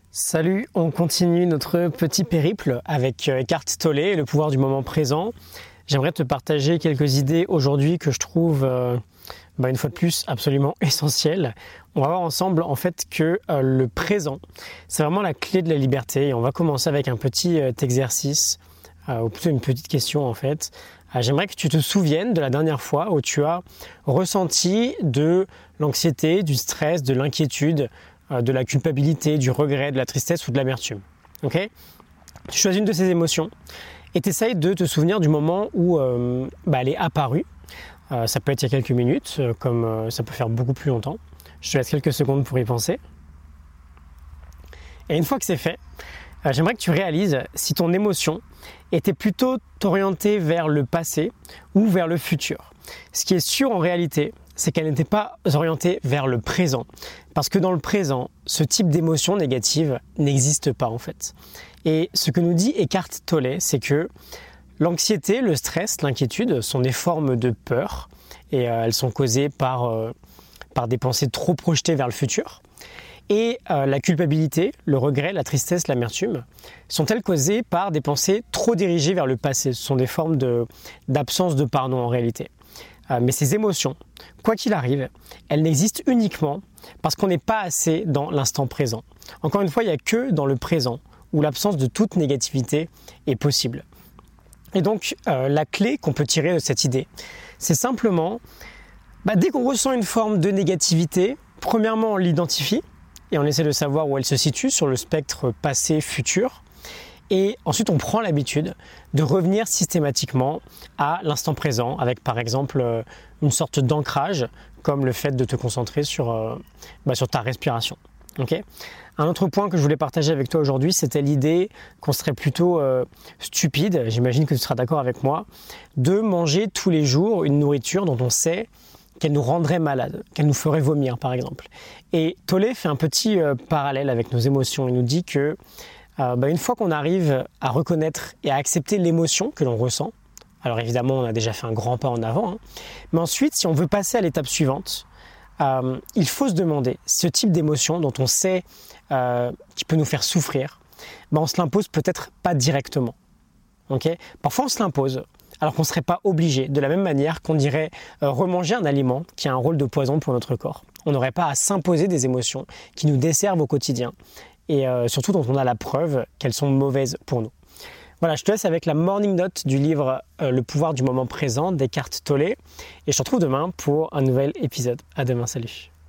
Salut, on continue notre petit périple avec Eckhart Tolle et le pouvoir du moment présent. J'aimerais te partager quelques idées aujourd'hui que je trouve, une fois de plus, absolument essentielles. On va voir ensemble en fait que le présent, c'est vraiment la clé de la liberté. Et on va commencer avec un petit exercice, ou plutôt une petite question en fait. J'aimerais que tu te souviennes de la dernière fois où tu as ressenti de l'anxiété, du stress, de l'inquiétude, de la culpabilité, du regret, de la tristesse ou de l'amertume. Okay ? Tu choisis une de ces émotions et tu essayes de te souvenir du moment où elle est apparue. Ça peut être il y a quelques minutes, comme ça peut faire beaucoup plus longtemps. Je te laisse quelques secondes pour y penser. Et une fois que c'est fait, j'aimerais que tu réalises si ton émotion était plutôt orientée vers le passé ou vers le futur. Ce qui est sûr en réalité, c'est qu'elle n'était pas orientée vers le présent. Parce que dans le présent, ce type d'émotion négative n'existe pas en fait. Et ce que nous dit Eckhart Tolle, c'est que l'anxiété, le stress, l'inquiétude sont des formes de peur et elles sont causées par des pensées trop projetées vers le futur. Et la culpabilité, le regret, la tristesse, l'amertume sont-elles causées par des pensées trop dirigées vers le passé. Ce sont des formes d'absence de pardon en réalité. Mais ces émotions, quoi qu'il arrive, elles n'existent uniquement parce qu'on n'est pas assez dans l'instant présent. Encore une fois, il n'y a que dans le présent où l'absence de toute négativité est possible. Et donc, la clé qu'on peut tirer de cette idée, c'est simplement, dès qu'on ressent une forme de négativité, premièrement, on l'identifie et on essaie de savoir où elle se situe sur le spectre passé-futur. Et ensuite, on prend l'habitude de revenir systématiquement à l'instant présent avec, par exemple, une sorte d'ancrage, comme le fait de te concentrer sur ta respiration. Okay ? Un autre point que je voulais partager avec toi aujourd'hui, c'était l'idée qu'on serait plutôt stupide, j'imagine que tu seras d'accord avec moi, de manger tous les jours une nourriture dont on sait qu'elle nous rendrait malade, qu'elle nous ferait vomir, par exemple. Et Tolle fait un petit parallèle avec nos émotions. Il nous dit que une fois qu'on arrive à reconnaître et à accepter l'émotion que l'on ressent, alors évidemment on a déjà fait un grand pas en avant, mais ensuite si on veut passer à l'étape suivante, il faut se demander ce type d'émotion dont on sait qui peut nous faire souffrir, on se l'impose peut-être pas directement. Okay ? Parfois on se l'impose alors qu'on ne serait pas obligé, de la même manière qu'on dirait remanger un aliment qui a un rôle de poison pour notre corps. On n'aurait pas à s'imposer des émotions qui nous desservent au quotidien et surtout dont on a la preuve qu'elles sont mauvaises pour nous. Voilà, je te laisse avec la morning note du livre Le pouvoir du moment présent d'Eckhart Tolle et je te retrouve demain pour un nouvel épisode. À demain, salut.